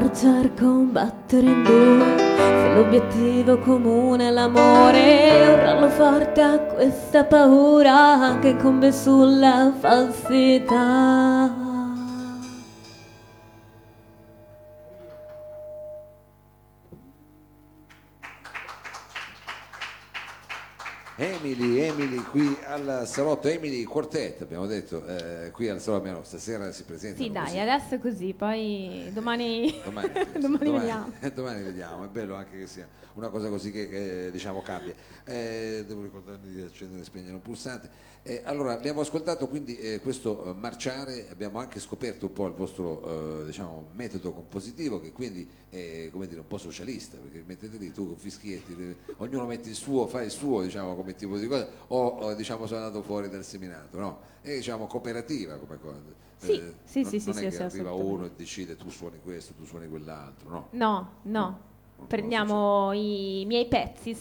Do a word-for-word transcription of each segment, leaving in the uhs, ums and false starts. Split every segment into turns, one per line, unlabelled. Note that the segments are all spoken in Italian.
marciare, combattere in due, se l'obiettivo comune è l'amore, urlarlo forte a questa paura che incombe sulla falsità.
Emily, Emily qui al salotto, Emily Quartet abbiamo detto, eh, qui al salotto abbiamo, stasera si presenta.
Sì dai,
così.
adesso è così, poi domani,
domani,
domani,
domani
vediamo.
Domani vediamo, è bello anche che sia una cosa così che, che diciamo cambia. Eh, devo ricordarmi di accendere e spegnere un pulsante. Eh, allora, abbiamo ascoltato quindi eh, questo eh, marciare, abbiamo anche scoperto un po' il vostro eh, diciamo, metodo compositivo, che quindi è come dire, un po' socialista, perché mettete lì tu con fischietti, eh, ognuno mette il suo, fa il suo diciamo, come tipo di cosa, o, o diciamo sono andato fuori dal seminato, no? È diciamo cooperativa come cosa.
Sì,
eh,
sì,
non,
sì,
non
sì,
è
sì,
che
sì,
arriva uno e decide tu suoni questo, tu suoni quell'altro, no?
No, no. Prendiamo i miei pezzi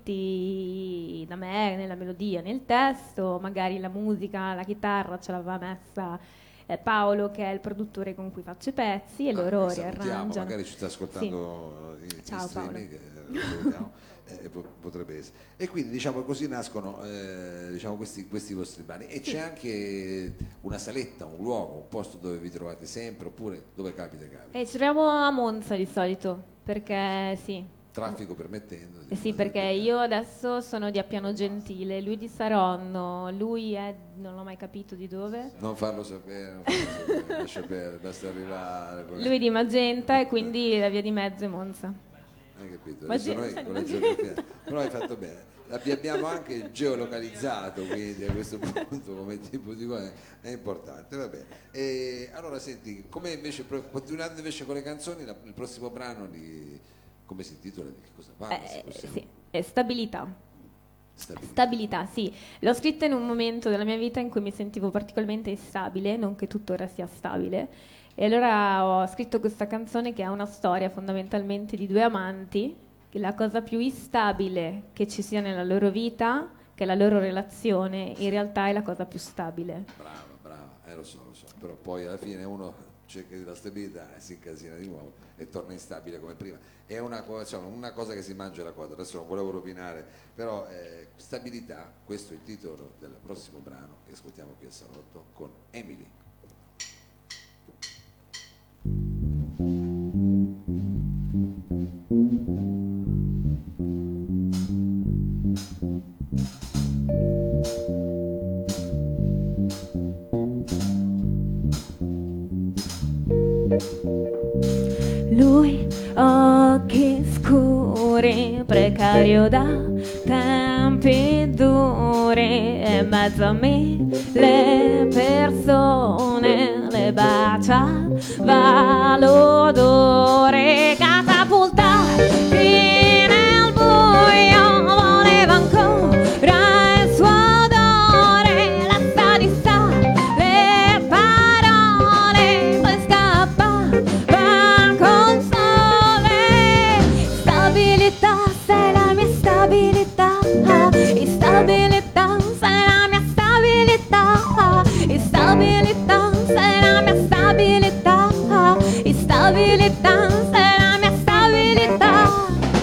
scritti da me nella melodia, nel testo, magari la musica, la chitarra ce l'aveva messa eh, Paolo che è il produttore con cui faccio i pezzi e
Ah,
loro
salutiamo,
riarrangiano.
magari ci sta ascoltando sì. in, in
Ciao,
streaming, eh, salutiamo, eh, potrebbe essere. E quindi diciamo così nascono eh, diciamo, questi, questi vostri brani. E sì. C'è anche una saletta, un luogo, un posto dove vi trovate sempre oppure dove capita capita?
E ci troviamo a Monza di solito. Perché sì.
Traffico permettendo.
Eh sì, perché io adesso sono di Appiano Gentile, lui di Saronno, lui è, non l'ho mai capito di dove.
Non farlo sapere, non farlo sapere, lascia perdere, basta arrivare. Poi...
Lui di Magenta e quindi la via di mezzo è Monza.
Hai capito?
Magenta,
noi con le geografie, però hai fatto bene. Abbiamo anche geolocalizzato, quindi a questo punto come tipo di cosa è importante, va bene. E allora senti, come invece, continuando invece con le canzoni, la, il prossimo brano di, come si intitola, di che cosa parla?
Eh, sì, è stabilità.
Stabilità.
Stabilità, sì. L'ho scritta in un momento della mia vita in cui mi sentivo particolarmente instabile, non che tuttora sia stabile, e allora ho scritto questa canzone che ha una storia fondamentalmente di due amanti, che la cosa più instabile che ci sia nella loro vita, che è la loro relazione, in realtà è la cosa più stabile.
Brava, brava, eh, lo so, lo so, però poi alla fine uno cerca la stabilità e si incasina di nuovo e torna instabile come prima. È una, cioè, una cosa che si mangia la quadra, adesso non volevo rovinare, però eh, stabilità, questo è il titolo del prossimo brano che ascoltiamo qui al salotto con Emily.
Lui, occhi scuri, precario da tempi duri, e in mezzo a me le persone le bacia, va l'odore, catapulta nel buio, voleva ancora il suo odore, la sta di sta, le parole, poi scappa, va col sole. Stabilità, sei la mia stabilità, instabilità, sei la mia stabilità, instabilità, sei la mia stabilità, instabilità, sei la mia stabilità.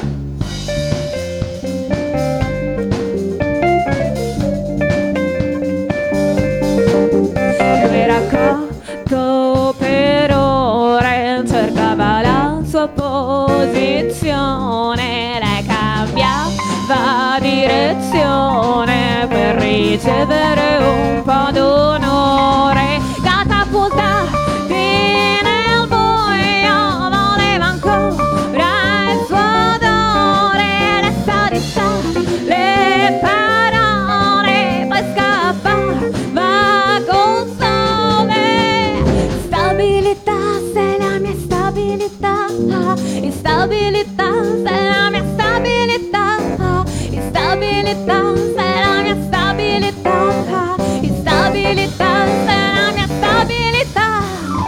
Lui era cotto per ore, cercava la sua posizione, lei cambiava direzione per ricevere un po' d'onore, catapultati nel buio, voleva ancora il suo odore, le sa di sa, le parole, poi scappa, va col sole. Stabilità, sei la mia stabilità, instabilità, sei la mia stabilità, instabilità, sei la mia stabilità, instabilità, sei la mia stabilità.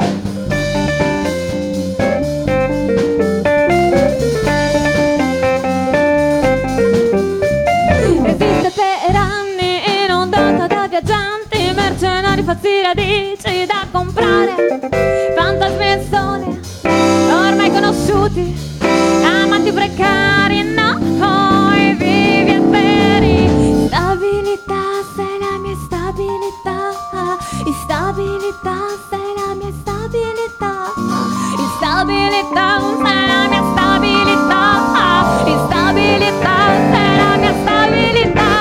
Esiste per anni inondata da viaggianti, mercenari, fazzi radici da comprare, fantasmi e sole, ormai con Instabilità, sei la mia stabilità. Instabilità, sei la mia stabilità. Instabilità, sei la mia stabilità.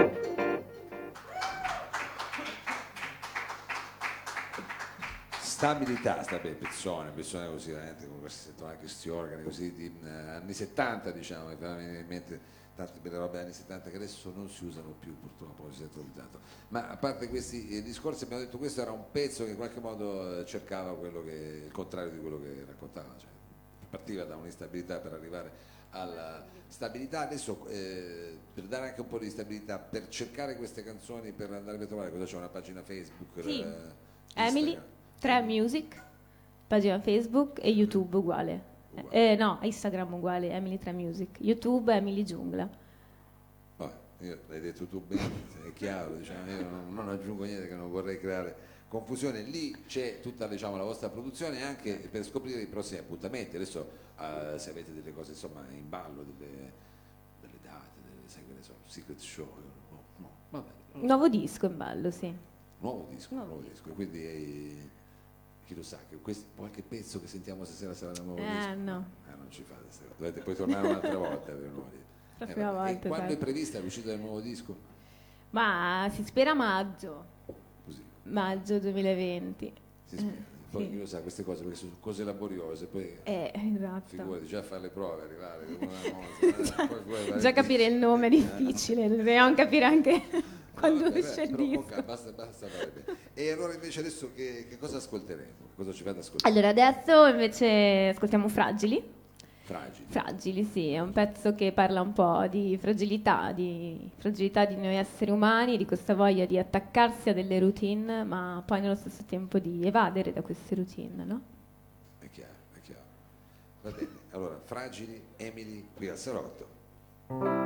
Stabilità, sta bene, pezzone, pezzone così, veramente, come si sentono anche questi organi così di uh, anni settanta, diciamo, che mi viene in mente tante belle robe anni settanta che adesso non si usano più, purtroppo si è improvvisato. Ma a parte questi eh, discorsi, abbiamo detto questo era un pezzo che in qualche modo eh, cercava quello che, il contrario di quello che raccontava, cioè partiva da un'instabilità per arrivare alla stabilità. Adesso eh, per dare anche un po' di stabilità, per cercare queste canzoni, per andare a trovare, cosa c'è, una pagina Facebook?
Sì.
Eh,
Emily tre Music, pagina Facebook e YouTube uguale.
Uguale.
Eh, no, Instagram uguale, Emily tre Music. YouTube Emily Giungla.
Vabbè, io l'hai detto tu bene, è chiaro, diciamo, io non, non aggiungo niente, che non vorrei creare confusione. Lì c'è tutta, diciamo, la vostra produzione anche per scoprire i prossimi appuntamenti. Adesso uh, se avete delle cose insomma in ballo, delle, delle date, delle, sai, che ne so, secret show, no, no, vabbè.
Nuovo disco in ballo, sì.
Nuovo disco,
Nuovo
nuovo disco, quindi eh, chi lo sa, che questo, qualche pezzo che sentiamo stasera sarà un nuovo
Eh,
disco?
no.
Eh, non ci fate, stasera. Dovete poi tornare un'altra volta per noi.
La
Eh,
prima
vabbè. E
volta,
quando
sai.
è prevista l'uscita del nuovo disco?
Ma si spera maggio,
Così,
maggio duemilaventi.
si spera.
Eh,
Poi
sì.
chi lo sa, queste cose, perché sono cose laboriose, poi
Eh, esatto.
figurati, già fare le prove, arrivare, come una cosa, eh, poi poi fare-
Già capire il nome è difficile, dobbiamo capire anche quando
Vabbè,
esce
beh,
il
però,
disco.
ok, basta, basta fare bene. E allora invece adesso che, che cosa ascolteremo? Cosa ci fate ascoltare?
Allora, adesso invece ascoltiamo Fragili.
Fragili.
Fragili, sì, è un pezzo che parla un po' di fragilità, di fragilità di noi esseri umani, di questa voglia di attaccarsi a delle routine, ma poi nello stesso tempo di evadere da queste routine, no?
È chiaro, è chiaro. Va bene, allora, Fragili, Emily, qui al Salotto.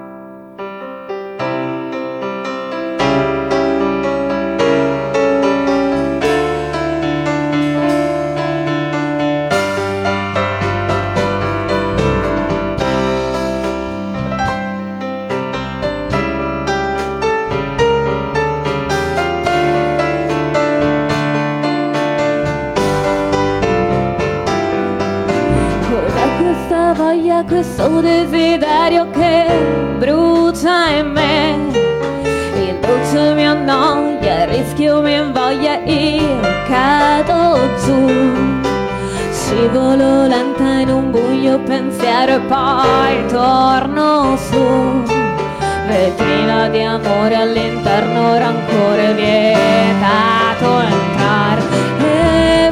Voglia, questo desiderio che brucia in me, il dolce mi annoia, il rischio mi invoglia, io cado giù, scivolo lenta in un buio pensiero e poi torno su, vetrina di amore all'interno, rancore vietato entrare, e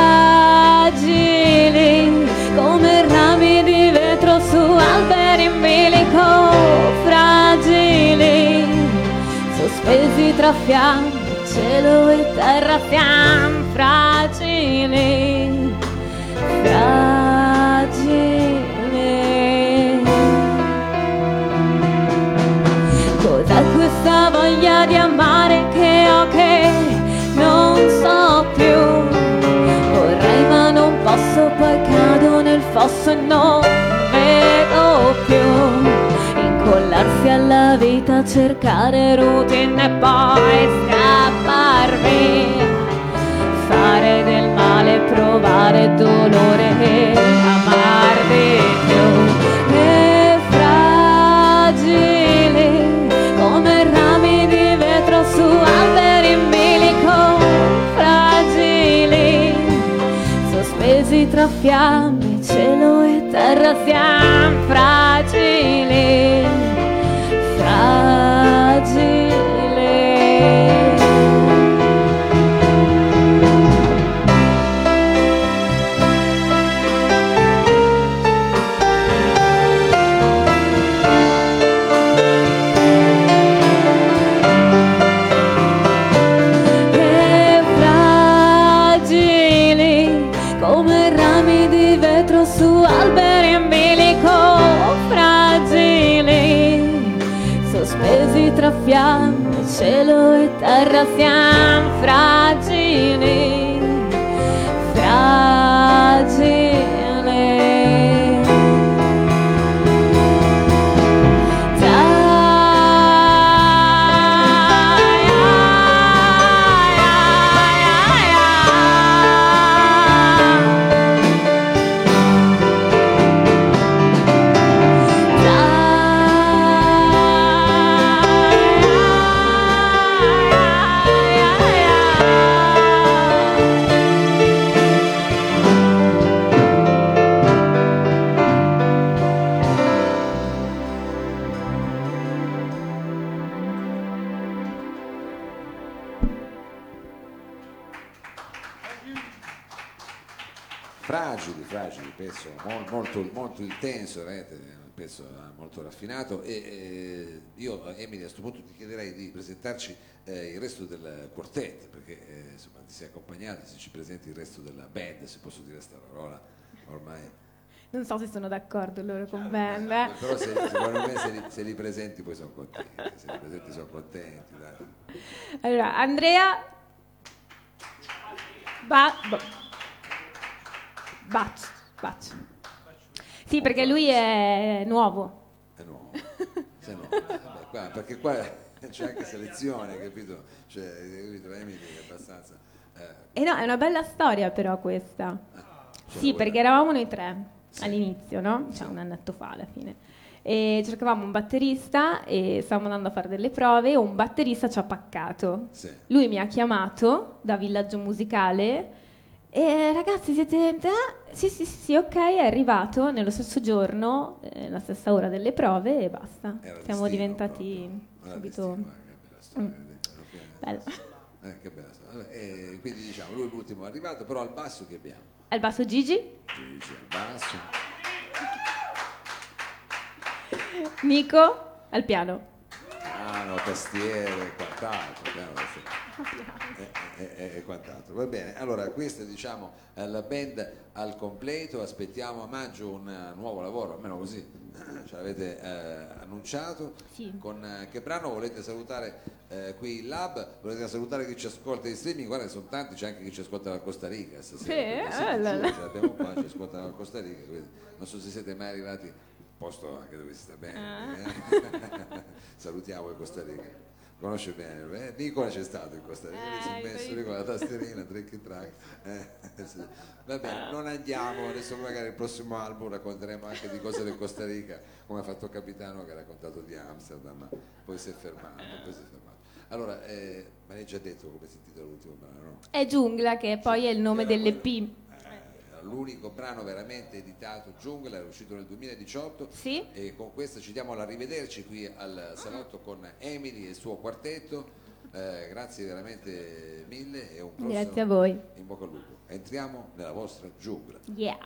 fragili come rami di vetro su alberi in bilico, fragili, sospesi tra fiamme, cielo e terra, siamo fragili, fragili. Cos'è questa voglia di amare che ho, che non so più? Vorrei ma non posso, poi cado nel fosso e non vedo più. Incollarsi alla vita, cercare routine e poi scappar via. Fare del male, provare dolore e amar di più. E fragili come rami di vetro su alberi in bilico, fragili, sospesi tra fiamme, cielo e terra, siamo fragili, fragili. E fragili come rami di vetro su alberi in bilico, fragili, sospesi tra fiamme, cielo e terra, siamo fragili, fragili. Dai,
Fragili, fragili, pezzo mol- molto, molto intenso, veramente, un pezzo molto raffinato e eh, io Emily a questo punto ti chiederei di presentarci eh, il resto del quartetto, perché eh, insomma ti sei accompagnato, se ci presenti il resto della band, se posso dire sta parola, ormai...
Non so se sono d'accordo loro con band, eh.
Però se, secondo me se li, se li presenti poi sono contenti, se li presenti sono contenti, dai.
Allora, Andrea... Ba... ba- Baccio, Baccio. Sì, perché lui è nuovo.
È nuovo, se no, eh, beh, qua, perché qua c'è anche selezione, capito? Cioè, capito, Emily è abbastanza... Eh,
E no, è una bella storia però questa.
cioè,
Sì,
vuoi-
perché eravamo noi tre
Sì.
all'inizio, no? Cioè un annetto fa alla fine. E cercavamo un batterista e stavamo andando a fare delle prove e un batterista ci ha paccato.
Sì.
Lui mi ha chiamato da Villaggio Musicale e ragazzi siete... eh? Sì, sì, sì, sì, ok, è arrivato nello stesso giorno, eh, nella stessa ora delle prove e basta.
Era
Siamo
destino
diventati
proprio. Era
subito...
destino, eh, che bella storia,
Mm. Bello.
eh, che bella storia. Vabbè, e quindi diciamo, lui è l'ultimo arrivato, però al basso che abbiamo?
Al basso Gigi,
Gigi al basso,
Nico al piano.
piano, tastiere, quant'altro, piano, tastiere. E, e- e- e quant'altro. Va bene, allora questa è diciamo eh, la band al completo, aspettiamo a maggio un eh, nuovo lavoro, almeno così eh, ce l'avete eh, annunciato.
Sì.
Con eh, che brano volete salutare eh, qui il Lab? Volete salutare chi ci ascolta in streaming? Guarda, sono tanti, c'è anche chi ci ascolta dalla Costa Rica stasera.
Sì,
perché
eh,
siete
la-
giù,
la-
ce l'abbiamo qua, ci ascoltano dalla Costa Rica, quindi non so se siete mai arrivati posto anche dove si sta bene. eh. Salutiamo il Costa Rica. Conosce bene, eh? Nicola c'è stato in Costa Rica,
Eh,
si è messo
io-
lì con la tastierina, drink and track. Eh, sì. Va bene, non andiamo, adesso magari il prossimo album racconteremo anche di cose del Costa Rica, come ha fatto Capitano che ha raccontato di Amsterdam, ma poi si è fermato, poi si è fermato. Allora, eh, ma hai già detto come si intitola l'ultimo brano, no?
È Giungla, che poi è il nome dell'E P.
L'unico brano veramente editato, Giungla, era uscito nel duemiladiciotto.
Sì.
E con questo ci diamo l'arrivederci qui al salotto con Emily e il suo quartetto. Eh, grazie veramente mille e un grosso
Grazie a voi.
in bocca al lupo. Entriamo nella vostra giungla.
Yeah.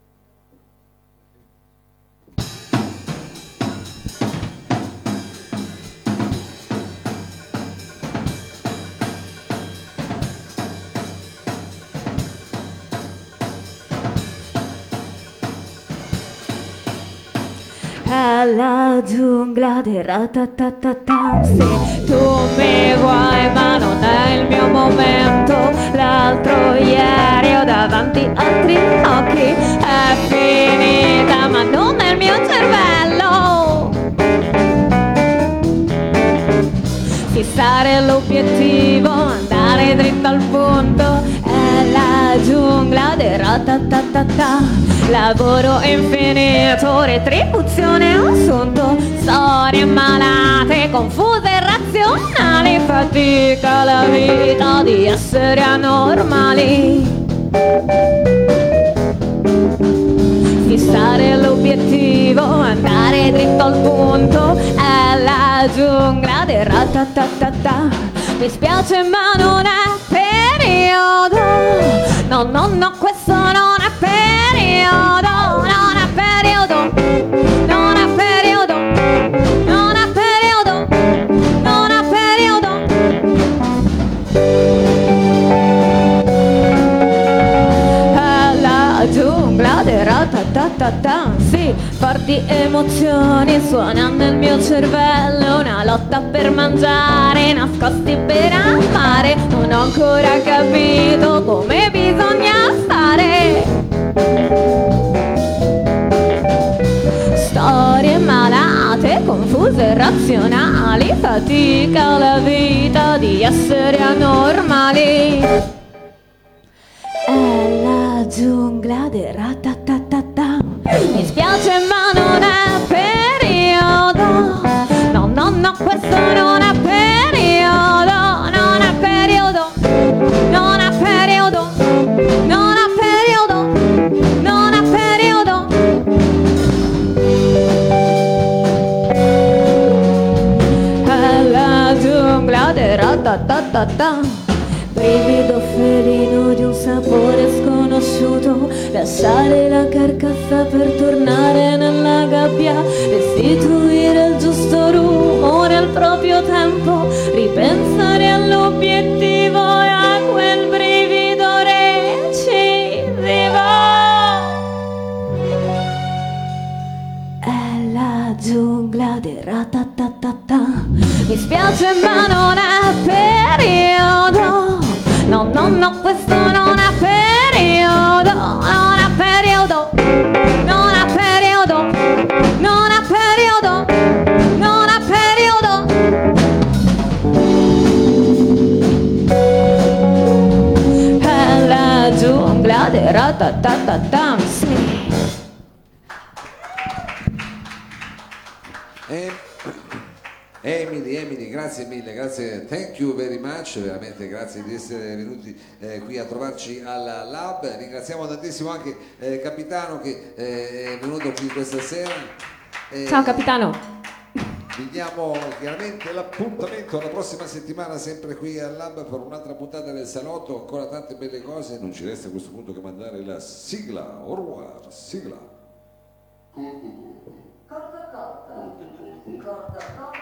Alla giungla del ratatatata. Se tu mi vuoi ma non è il mio momento, l'altro ieri ho davanti altri occhi, è finita ma non è il mio cervello. Fissare l'obiettivo, andare dritto al punto, è la giungla del ratatatata. Lavoro infinito, retribuzione assunto, storie malate, confuse e razionali, fatica la vita di essere anormali. Fissare l'obiettivo, andare dritto al punto, è la giungla del ratatatata. Mi spiace ma non è periodo, no no no questo non è periodo, non è periodo, non è periodo, non è periodo, non è periodo. È la giungla del ratatatata, sì, forti emozioni suonano nel mio cervello, una lotta per mangiare, nascosti per amare, non ho ancora capito come bisogna stare. Storie malate, confuse e razionali, fatica la vita di essere anormali. È la giungla del ratatatata. Mi spiace ma non è periodo, no no no questo non è periodo, non è periodo, non è periodo, non è periodo, non è periodo. È la giungla del ratatatata. Brivido felino di un sapore sconosciuto, lascia dispiace ma non è periodo. No, no, no, questo non è periodo. Non è periodo. Non è periodo. Non è periodo. Non è periodo. È la giungla di ratatatam, sì.
Emily, Emily, grazie mille, grazie, thank you very much, veramente grazie di essere venuti eh, qui a trovarci al Lab. Ringraziamo tantissimo anche eh, Capitano che eh, è venuto qui questa sera. Eh,
Ciao Capitano.
Vi diamo chiaramente l'appuntamento la prossima settimana sempre qui al Lab per un'altra puntata del Salotto, ancora tante belle cose, non ci resta a questo punto che mandare la sigla, au revoir, sigla.
Corto corto, corto corto.